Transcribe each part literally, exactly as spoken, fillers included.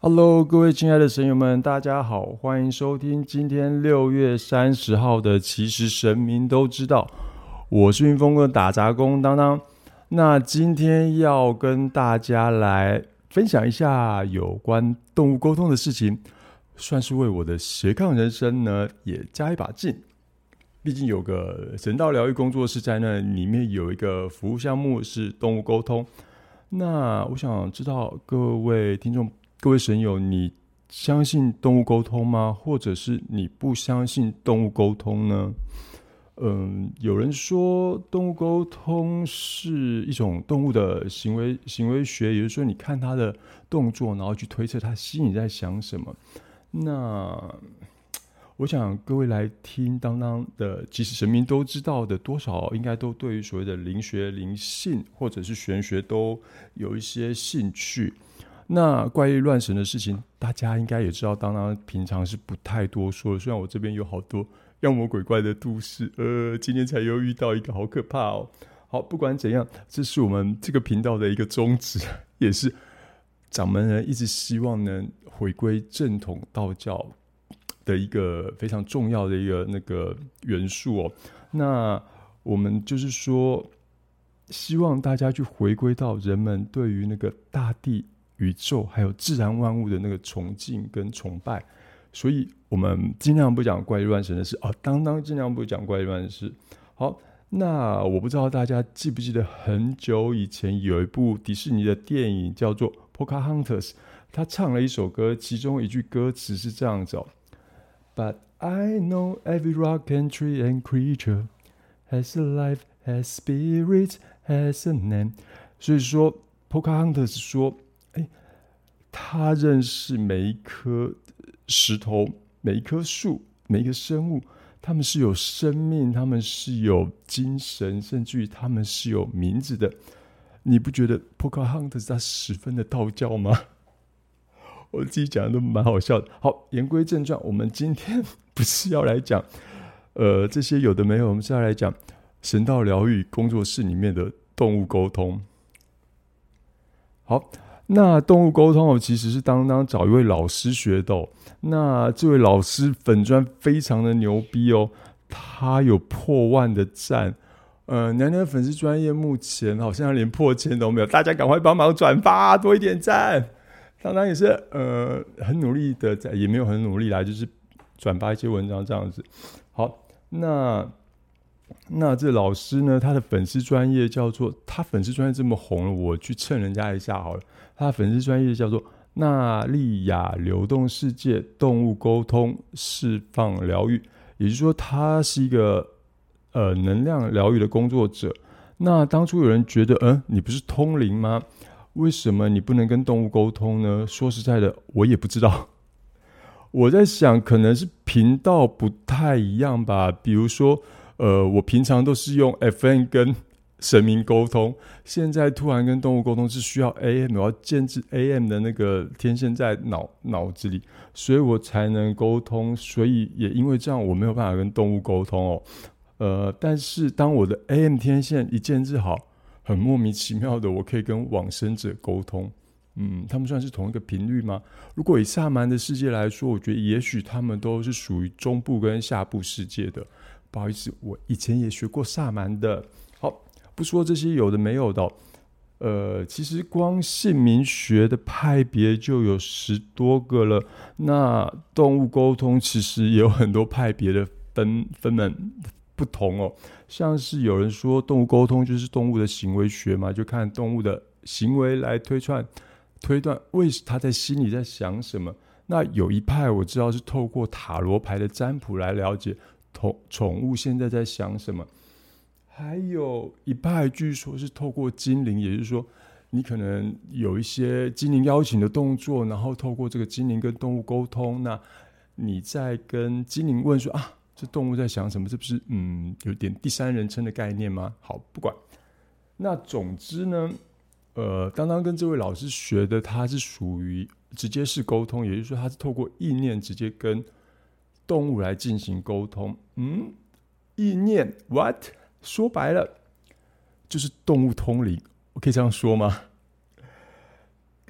Hello，各位亲爱的神友们，大家好，欢迎收听今天六月三十号的其实神明都知道，我是云峰哥打杂工当当。那今天要跟大家来分享一下有关动物沟通的事情，算是为我的斜杠人生呢也加一把劲。毕竟有个神道疗愈工作室在那里面有一个服务项目是动物沟通。那我想知道各位听众各位神友，你相信动物沟通吗？或者是你不相信动物沟通呢？嗯，有人说动物沟通是一种动物的行为行为学，也就是说你看它的动作，然后去推测它心里在想什么。那我想各位来听当当的其实神明都知道的，多少应该都对于所谓的灵学灵性或者是玄学都有一些兴趣。那怪力乱神的事情大家应该也知道，当当平常是不太多说的，虽然我这边有好多妖魔鬼怪的都市，呃，今天才又遇到一个，好可怕哦。好，不管怎样，这是我们这个频道的一个宗旨，也是掌门人一直希望能回归正统道教的一个非常重要的一个那个元素哦。那我们就是说希望大家去回归到人们对于那个大地宇宙还有自然万物的那个崇敬跟崇拜，所以我们尽量不讲怪力乱神的事哦，当当尽量不讲怪力乱神的事。好，那我不知道大家记不记得很久以前有一部迪士尼的电影叫做 Pocahontas， 他唱了一首歌，其中一句歌词是这样子哦， But I know every rock and tree and creature has a life, has spirit, has a name。 所以说 Pocahontas 说他认识每一颗石头，每一棵树，每一个生物，他们是有生命，他们是有精神，甚至于他们是有名字的。你不觉得 Pocahontas 他十分的道教吗？我自己讲的都蛮好笑的。好，言归正传，我们今天不是要来讲呃这些有的没有，我们是要来讲神道疗愈工作室里面的动物沟通。好，那动物沟通哦，其实是当当找一位老师学的哦。那这位老师粉专非常的牛逼哦，他有破万的赞。呃，娘娘粉丝专业目前好像连破千都没有，大家赶快帮忙转发，多一点赞。当当也是呃很努力的，也没有很努力啦，就是转发一些文章这样子。好，那那这老师呢，他的粉丝专业叫做，他粉丝专业这么红了，我去蹭人家一下好了。他的粉丝专业叫做纳利亚流动世界动物沟通释放疗愈，也就是说他是一个呃能量疗愈的工作者。那当初有人觉得，嗯，你不是通灵吗？为什么你不能跟动物沟通呢？说实在的，我也不知道。我在想，可能是频道不太一样吧。比如说，呃，我平常都是用 F M 跟神明沟通，现在突然跟动物沟通是需要 A M， 我要建置 A M 的那个天线在脑脑子里，所以我才能沟通。所以也因为这样，我没有办法跟动物沟通哦。呃，但是当我的 A M 天线一建置好，很莫名其妙的，我可以跟往生者沟通。嗯，他们算是同一个频率吗？如果以萨满的世界来说，我觉得也许他们都是属于中部跟下部世界的。不好意思，我以前也学过萨满的。好，不说这些有的没有的哦，呃，其实光姓名学的派别就有十多个了。那动物沟通其实也有很多派别的分分门不同哦。像是有人说动物沟通就是动物的行为学嘛，就看动物的行为来推断推断为他在心里在想什么。那有一派我知道是透过塔罗牌的占卜来了解宠物现在在想什么。还有一派据说是透过精灵，也就是说你可能有一些精灵邀请的动作，然后透过这个精灵跟动物沟通，那你再跟精灵问说啊，这动物在想什么？这不是嗯有点第三人称的概念吗？好，不管。那总之呢，呃，当当跟这位老师学的，他是属于直接式沟通，也就是说他是透过意念直接跟动物来进行沟通。嗯，意念 what？ 说白了就是动物通灵，我可以这样说吗？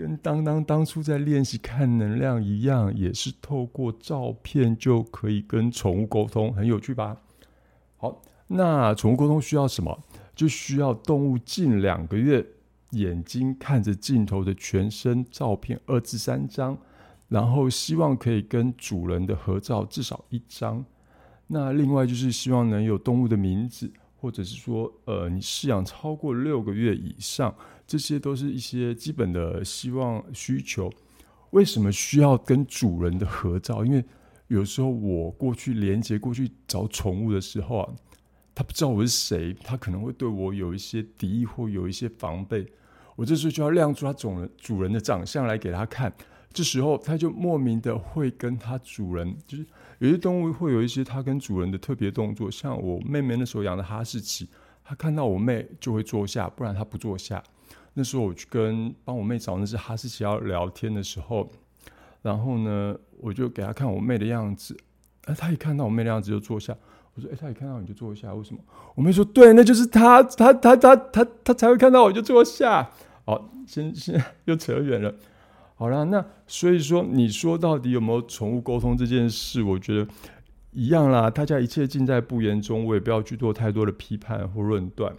跟当当当初在练习看能量一样，也是透过照片就可以跟宠物沟通，很有趣吧？好，那宠物沟通需要什么？就需要动物近两个月眼睛看着镜头的全身照片二至三张，然后希望可以跟主人的合照至少一张。那另外就是希望能有动物的名字，或者是说呃你饲养超过六个月以上，这些都是一些基本的希望需求。为什么需要跟主人的合照？因为有时候我过去连接过去找宠物的时候啊，他不知道我是谁，他可能会对我有一些敌意或有一些防备，我这时候就要亮出他主人的长相来给他看，这时候他就莫名的会跟他主人，就是有些动物会有一些他跟主人的特别动作，像我妹妹那时候养的哈士奇，他看到我妹就会坐下，不然他不坐下。那时候我去跟帮我妹找那只哈士奇要聊天的时候，然后呢我就给他看我妹的样子，啊，他一看到我妹的样子就坐下。我说：“哎、欸，他一看到你就坐下，为什么？”我妹说：“对，那就是他，他他他他他才会看到我就坐下。”好，先先又扯远了。好啦，那所以说，你说到底有没有宠物沟通这件事？我觉得一样啦，大家一切尽在不言中，我也不要去做太多的批判或论断。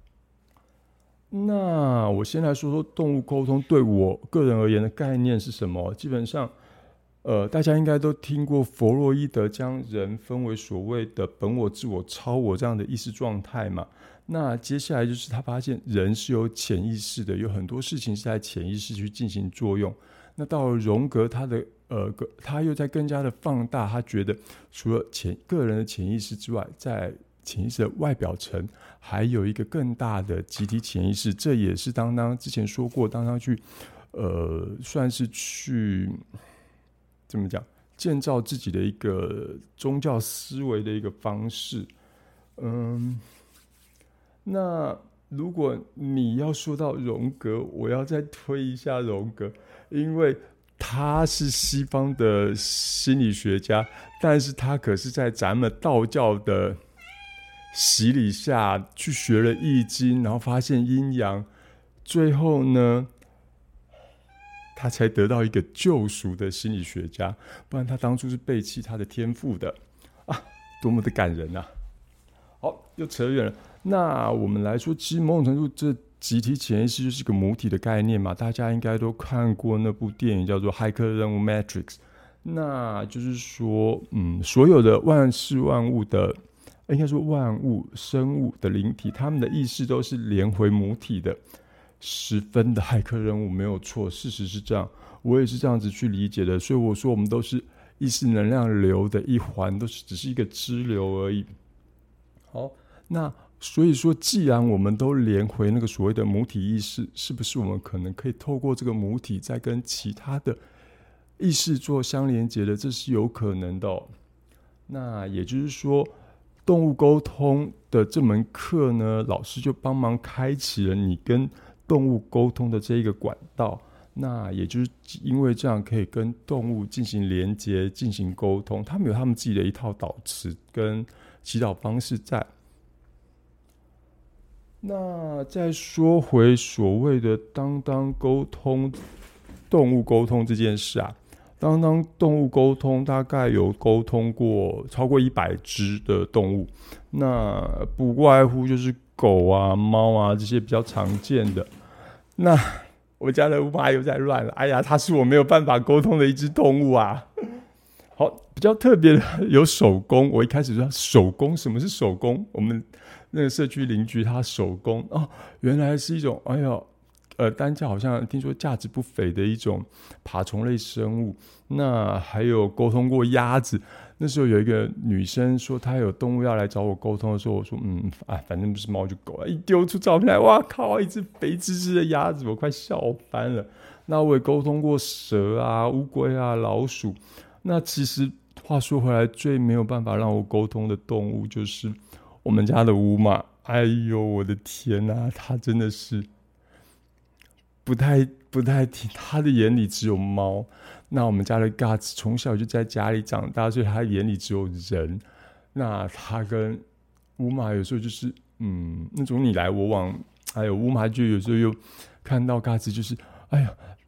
那我先来说说动物沟通对我个人而言的概念是什么？基本上。呃，大家应该都听过弗洛伊德将人分为所谓的本我、自我、超我这样的意识状态嘛。那接下来就是他发现人是有潜意识的，有很多事情是在潜意识去进行作用。那到了荣格，他的呃，他又在更加的放大，他觉得除了潜个人的潜意识之外，在潜意识的外表层还有一个更大的集体潜意识。这也是当当之前说过，当当去呃，算是去。怎么讲？建造自己的一个宗教思维的一个方式。嗯，那如果你要说到荣格，我要再推一下荣格，因为他是西方的心理学家，但是他可是在咱们道教的洗礼下去学了易经，然后发现阴阳，最后呢他才得到一个救赎的心理学家，不然他当初是背弃他的天赋的啊，多么的感人啊！好，又扯远了。那我们来说，其实某种程度，这集体潜意识就是个母体的概念嘛。大家应该都看过那部电影叫做《骇客任务 Matrix》，那就是说，嗯，所有的万事万物的，应该说万物生物的灵体，他们的意识都是连回母体的。十分的骇客任务没有错，事实是这样，我也是这样子去理解的。所以我说我们都是意识能量流的一环，都是只是一个支流而已。好，那所以说既然我们都连回那个所谓的母体意识，是不是我们可能可以透过这个母体再跟其他的意识做相连接的？这是有可能的哦。那也就是说动物沟通的这门课呢，老师就帮忙开启了你跟动物沟通的这一个管道，那也就是因为这样可以跟动物进行连接、进行沟通，他们有他们自己的一套导词跟祈祷方式在。那再说回所谓的当当沟通、动物沟通这件事啊，当当动物沟通大概有沟通过超过一百只的动物，那不外乎就是狗啊、猫啊这些比较常见的。那我家的乌妈又在乱了，哎呀，它是我没有办法沟通的一只动物啊。好，比较特别的有手工。我一开始说手工，什么是手工？我们那个社区邻居他手工哦，原来是一种哎呦，呃，单价好像听说价值不菲的一种爬虫类生物。那还有沟通过鸭子。那时候有一个女生说她有动物要来找我沟通的时候，我说嗯，啊，反正不是猫就狗了。一丢出照片来，哇靠，一只肥滋滋的鸭子，我快笑翻了。那我也沟通过蛇啊、乌龟啊、老鼠。那其实话说回来，最没有办法让我沟通的动物就是我们家的乌马。哎呦，我的天啊，它真的是不太不太听，他的眼里只有猫。那我们家的 Guts 从小就在家里长大，所以他眼里只有人。那他跟乌马有时候就是嗯那种你来我往，还有乌马就有时候又看到 Guts 就是哎呀，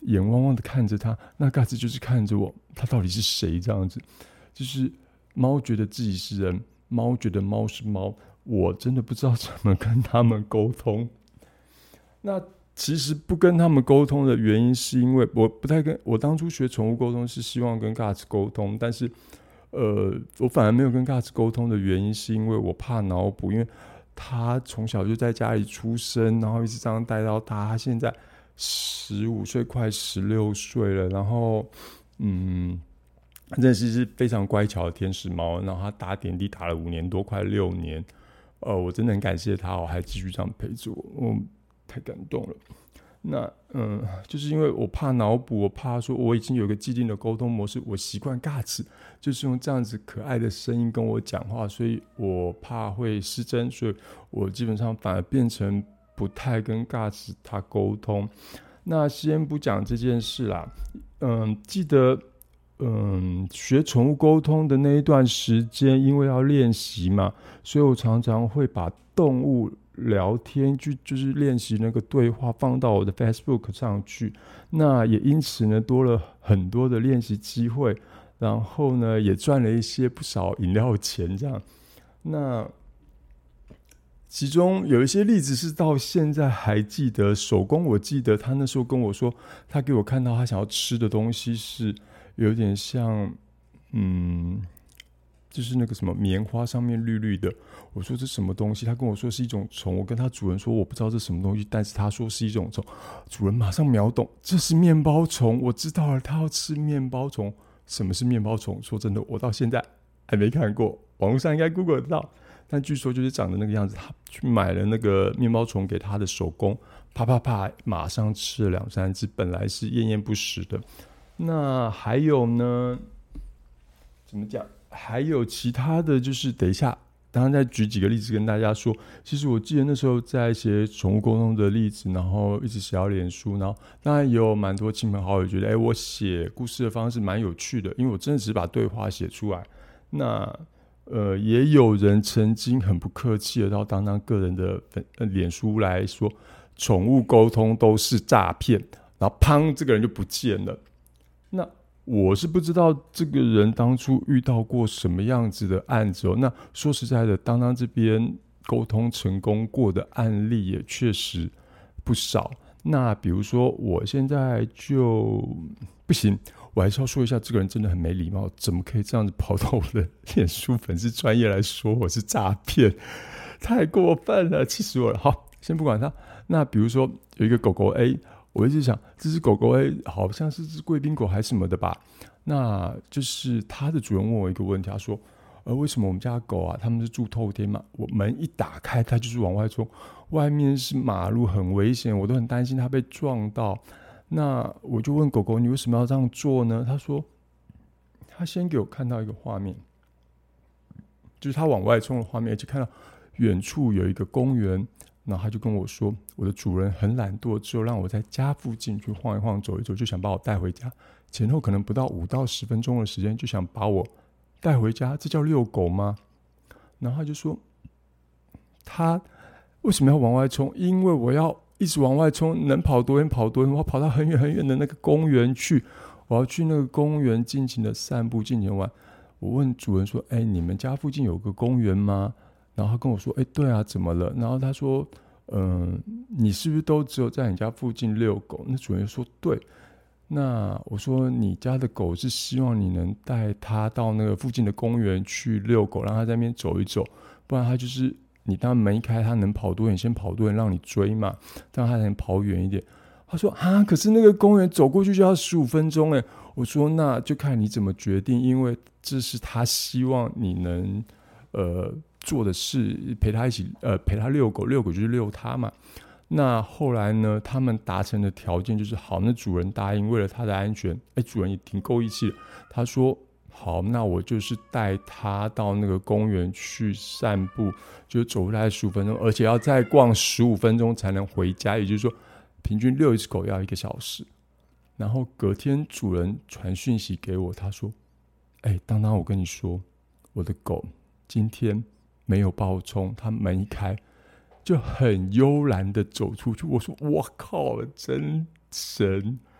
眼汪汪的看着他，那嘎子就是看着我，他到底是谁？这样子，就是猫觉得自己是人，猫觉得猫是猫，我真的不知道怎么跟他们沟通。那其实不跟他们沟通的原因，是因为我不太跟我当初学宠物沟通是希望跟嘎子沟通，但是呃，我反而没有跟嘎子沟通的原因，是因为我怕脑补，因为他从小就在家里出生，然后一直这样带到大，他现在十五岁，快十六岁了，然后嗯，真的是是非常乖巧的天使猫，然后他打点滴打了五年多，快六年，呃，我真的很感谢他，我还继续这样陪着我，我太感动了。那嗯，就是因为我怕脑补，我怕说我已经有一个既定的沟通模式，我习惯嘎子就是用这样子可爱的声音跟我讲话，所以我怕会失真，所以我基本上反而变成不太跟嘎子他沟通。那先不讲这件事啦，嗯，记得嗯学宠物沟通的那一段时间，因为要练习嘛，所以我常常会把动物聊天就就是练习那个对话放到我的 Facebook 上去，那也因此呢多了很多的练习机会，然后呢也赚了一些不少饮料钱这样。那其中有一些例子是到现在还记得，手工我记得他那时候跟我说，他给我看到他想要吃的东西是有点像嗯就是那个什么棉花上面绿绿的，我说这什么东西？他跟我说是一种虫，我跟他主人说我不知道这什么东西，但是他说是一种虫，主人马上秒懂，这是面包虫，我知道了，他要吃面包虫。什么是面包虫？说真的，我到现在还没看过，网络上应该 Google 得到，但据说就是长得那个样子。他去买了那个面包虫给他的手工，啪啪啪，马上吃了两三只，本来是奄奄不食的。那还有呢？怎么讲？还有其他的就是，等一下，当然再举几个例子跟大家说。其实我记得那时候在写宠物沟通的例子，然后一直写到脸书，然后当然也有蛮多亲朋好友觉得，哎，我写故事的方式蛮有趣的，因为我真的只是把对话写出来。那呃，也有人曾经很不客气的到当当个人的呃脸书来说，宠物沟通都是诈骗，然后砰，这个人就不见了。那我是不知道这个人当初遇到过什么样子的案子哦。那说实在的，当当这边沟通成功过的案例也确实不少。那比如说，我现在就不行，我还是要说一下，这个人真的很没礼貌，怎么可以这样子跑到我的脸书粉丝专页来说我是诈骗，太过分了，气死我了。好，先不管他。那比如说有一个狗狗 A。我一直想，这只狗狗哎，好像是只贵宾狗还是什么的吧？那就是它的主人问我一个问题，他说：“呃，为什么我们家的狗啊，他们是住透天嘛？我门一打开，它就是往外冲，外面是马路，很危险，我都很担心它被撞到。”那我就问狗狗：“你为什么要这样做呢？”他说：“他先给我看到一个画面，就是他往外冲的画面，而且看到远处有一个公园。”然后他就跟我说，我的主人很懒惰，只有让我在家附近去晃一晃走一走，就想把我带回家，前后可能不到五到十分钟的时间就想把我带回家，这叫遛狗吗？然后他就说，他为什么要往外冲？因为我要一直往外冲，能跑多远跑多远，我要跑到很远很远的那个公园去，我要去那个公园尽情的散步，尽情玩。我问主人说，哎，你们家附近有个公园吗？然后他跟我说，哎，对啊，怎么了？然后他说，嗯、呃，你是不是都只有在你家附近遛狗？那主人说，对。那我说，你家的狗是希望你能带它到那个附近的公园去遛狗，让它在那边走一走，不然它就是你当门一开，它能跑多远先跑多远，让你追嘛，这样它才能跑远一点。他说啊，可是那个公园走过去就要十五分钟哎。我说那就看你怎么决定，因为这是他希望你能呃。做的事，陪他一起，呃，陪他遛狗，遛狗就是遛他嘛。那后来呢，他们达成的条件就是好，那主人答应，为了他的安全，哎，主人也挺够义气的。他说好，那我就是带他到那个公园去散步，就走回来十五分钟，而且要再逛十五分钟才能回家，也就是说，平均遛一只狗要一个小时。然后隔天主人传讯息给我，他说：“哎，当当，我跟你说，我的狗今天。”没有暴冲，他门一开就很悠然的走出去。我说我靠，真神！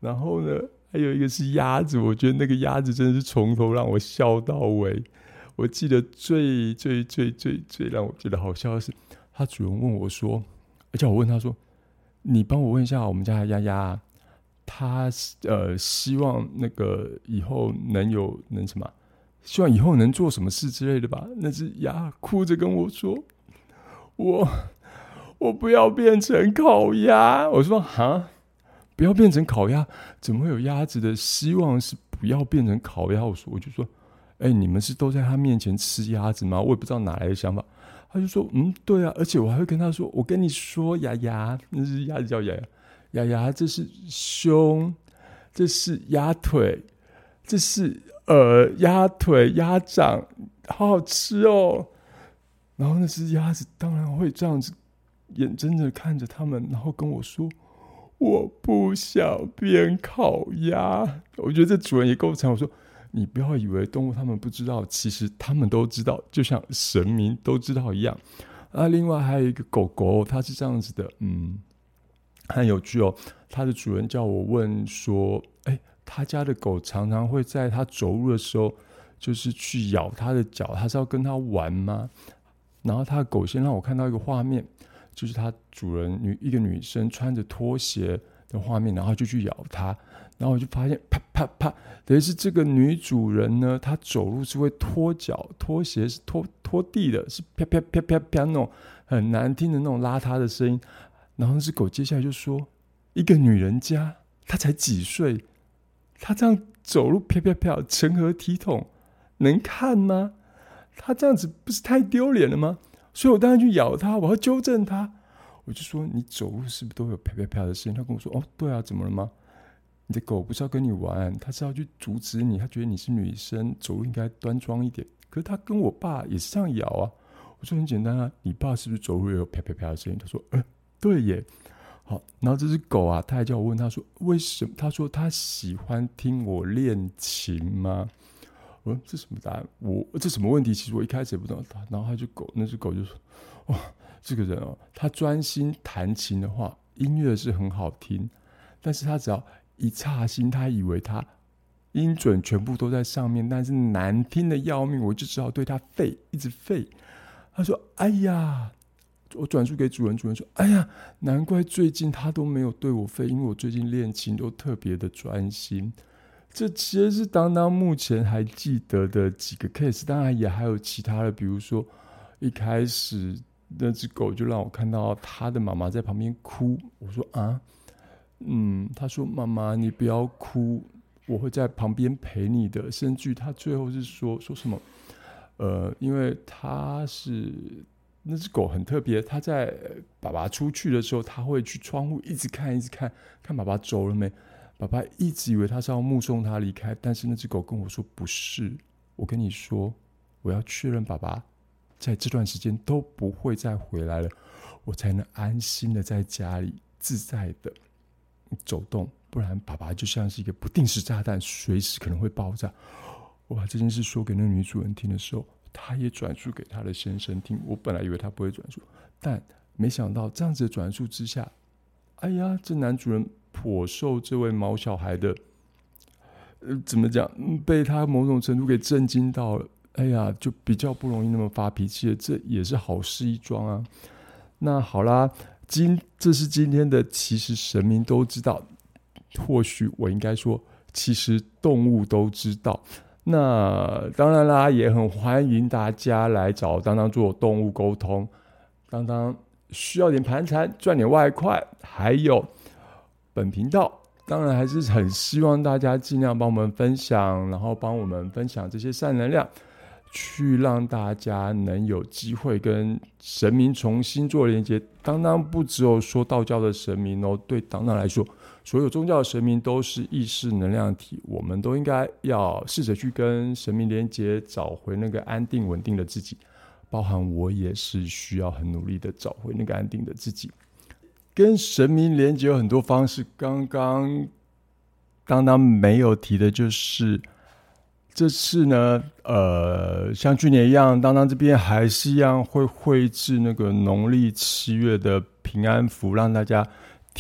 然后呢，还有一个是鸭子，我觉得那个鸭子真的是从头让我笑到尾。我记得最最最最最让我觉得好笑的是，他主人问我说，而且我问他说，你帮我问一下我们家的鸭鸭，他呃希望那个以后能有能什么，希望以后能做什么事之类的吧。那只鸭哭着跟我说，我我不要变成烤鸭。我说哈，不要变成烤鸭？怎么会有鸭子的希望是不要变成烤鸭？我说我就说，哎、欸，你们是都在他面前吃鸭子吗？我也不知道哪来的想法。他就说，嗯，对啊，而且我还会跟他说，我跟你说，雅雅，那是鸭子叫雅雅，雅雅，这是胸，这是鸭腿，这是呃鸭腿、鸭掌，好好吃哦。然后那只鸭子当然会这样子，眼睁睁看着他们，然后跟我说，我不想变烤鸭。我觉得这主人也够惨。我说，你不要以为动物他们不知道，其实他们都知道，就像神明都知道一样。啊，另外还有一个狗狗，它是这样子的，嗯，很有趣哦。它的主人叫我问说，哎，他家的狗常常会在它走路的时候，就是去咬它的脚，它是要跟它玩吗？然后他的狗先让我看到一个画面，就是他主人女一个女生穿着拖鞋的画面，然后就去咬它，然后我就发现啪啪啪，等于是这个女主人呢，她走路是会拖脚，拖鞋是拖拖地的，是啪啪啪啪啪那种很难听的那种邋遢的声音。然后那只狗接下来就说，一个女人家，她才几岁，她这样走路啪啪啪，成何体统，能看吗？他这样子不是太丢脸了吗？所以我当然去咬他，我要纠正他。我就说，你走路是不是都有啪啪啪的声音？他跟我说，哦，对啊，怎么了吗？你的狗不是要跟你玩，他是要去阻止你，他觉得你是女生，走路应该端庄一点。可是他跟我爸也是这样咬啊。我说很简单啊，你爸是不是走路也有啪啪啪的声音？他说，呃，对耶。好，然后这只狗啊，他还叫我问他说，为什么？他说他喜欢听我练琴吗？我说这什么答案？我这什么问题？其实我一开始也不知道。然后他就狗，那只狗就说：“哇，这个人哦，他专心弹琴的话，音乐是很好听，但是他只要一岔心，他以为他音准全部都在上面，但是难听的要命，我就只好对他废，一直废。”他说：“哎呀，我转述给主人，主人说：哎呀，难怪最近他都没有对我废，因为我最近练琴都特别的专心。”这其实是当当目前还记得的几个 case， 当然也还有其他的，比如说一开始那只狗就让我看到他的妈妈在旁边哭，我说啊，嗯，他说妈妈你不要哭，我会在旁边陪你的，甚至他最后是说说什么，呃，因为他是那只狗很特别，他在爸爸出去的时候，他会去窗户一直看一直看看爸爸走了没。爸爸一直以为他是要目送他离开，但是那只狗跟我说不是，我跟你说，我要确认爸爸在这段时间都不会再回来了，我才能安心的在家里自在的走动，不然爸爸就像是一个不定时炸弹，随时可能会爆炸。我把这件事说给那个女主人听的时候，她也转述给她的先生听。我本来以为她不会转述，但没想到这样子的转述之下，哎呀，这男主人颇受这位毛小孩的，呃，怎么讲，被他某种程度给震惊到了。哎呀，就比较不容易那么发脾气了，这也是好事一桩啊。那好啦，今这是今天的，其实神明都知道，或许我应该说，其实动物都知道。那当然啦，也很欢迎大家来找当当做动物沟通，当当需要点盘缠，赚点外快，还有。本频道当然还是很希望大家尽量帮我们分享，然后帮我们分享这些善能量，去让大家能有机会跟神明重新做连接。当当不只有说道教的神明哦，对当当来说，所有宗教的神明都是意识能量体，我们都应该要试着去跟神明连接，找回那个安定稳定的自己。包含我也是需要很努力的找回那个安定的自己。跟神明连接有很多方式，刚刚当当没有提的就是这次呢，呃，像去年一样，当当这边还是一样会绘制那个农历七月的平安符，让大家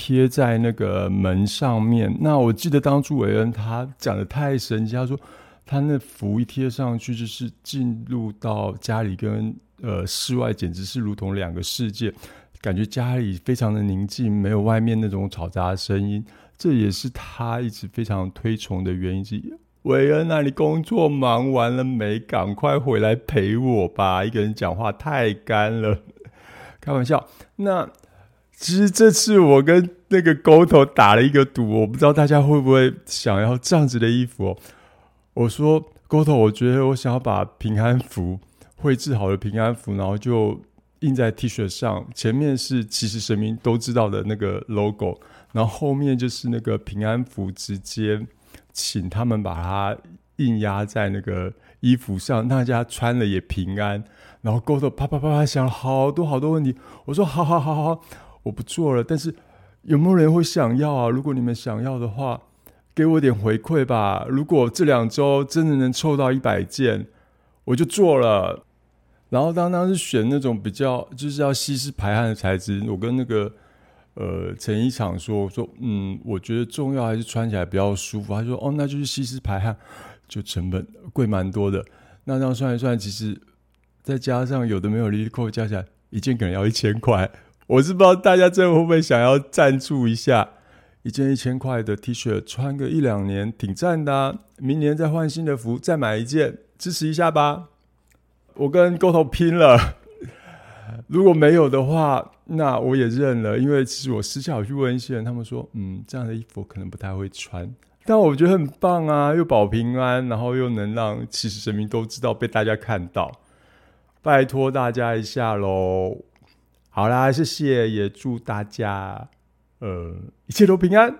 贴在那个门上面。那我记得当初韦恩他讲的太神奇，他说他那符一贴上去，就是进入到家里跟呃室外简直是如同两个世界，感觉家里非常的宁静，没有外面那种嘈杂的声音。这也是他一直非常推崇的原因之一。韦恩啊，你工作忙完了没？赶快回来陪我吧，一个人讲话太干了。开玩笑。那其实这次我跟那个沟头打了一个赌，我不知道大家会不会想要这样子的衣服哦。我说沟头，我觉得我想要把平安符绘制好的平安符，然后就印在 T 恤上，前面是其实神明都知道的那个 logo， 然后后面就是那个平安符，直接请他们把它印压在那个衣服上，大家穿了也平安。然后沟头啪啪啪啪想了好多好多问题，我说好好好好，我不做了。但是有没有人会想要啊？如果你们想要的话，给我点回馈吧。如果这两周真的能凑到一百件，我就做了。然后当当是选那种比较就是要吸湿排汗的材质，我跟那个呃成衣厂说，我说嗯，我觉得重要还是穿起来比较舒服。他说哦，那就是吸湿排汗，就成本贵蛮多的。那这样算一算，其实再加上有的没有利扣加起来，一件可能要一千块。我是不知道大家真的会不会想要赞助一下，一件一千块的 T 恤穿个一两年挺赞的啊。明年再换新的服再买一件，支持一下吧。我跟沟头拼了，如果没有的话，那我也认了。因为其实我私下有去问一些人，他们说嗯，这样的衣服我可能不太会穿，但我觉得很棒啊，又保平安，然后又能让其实神明都知道，被大家看到，拜托大家一下咯。好啦，谢谢，也祝大家呃一切都平安。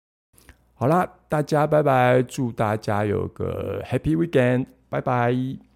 好啦，大家拜拜，祝大家有个 Happy Weekend， 拜拜。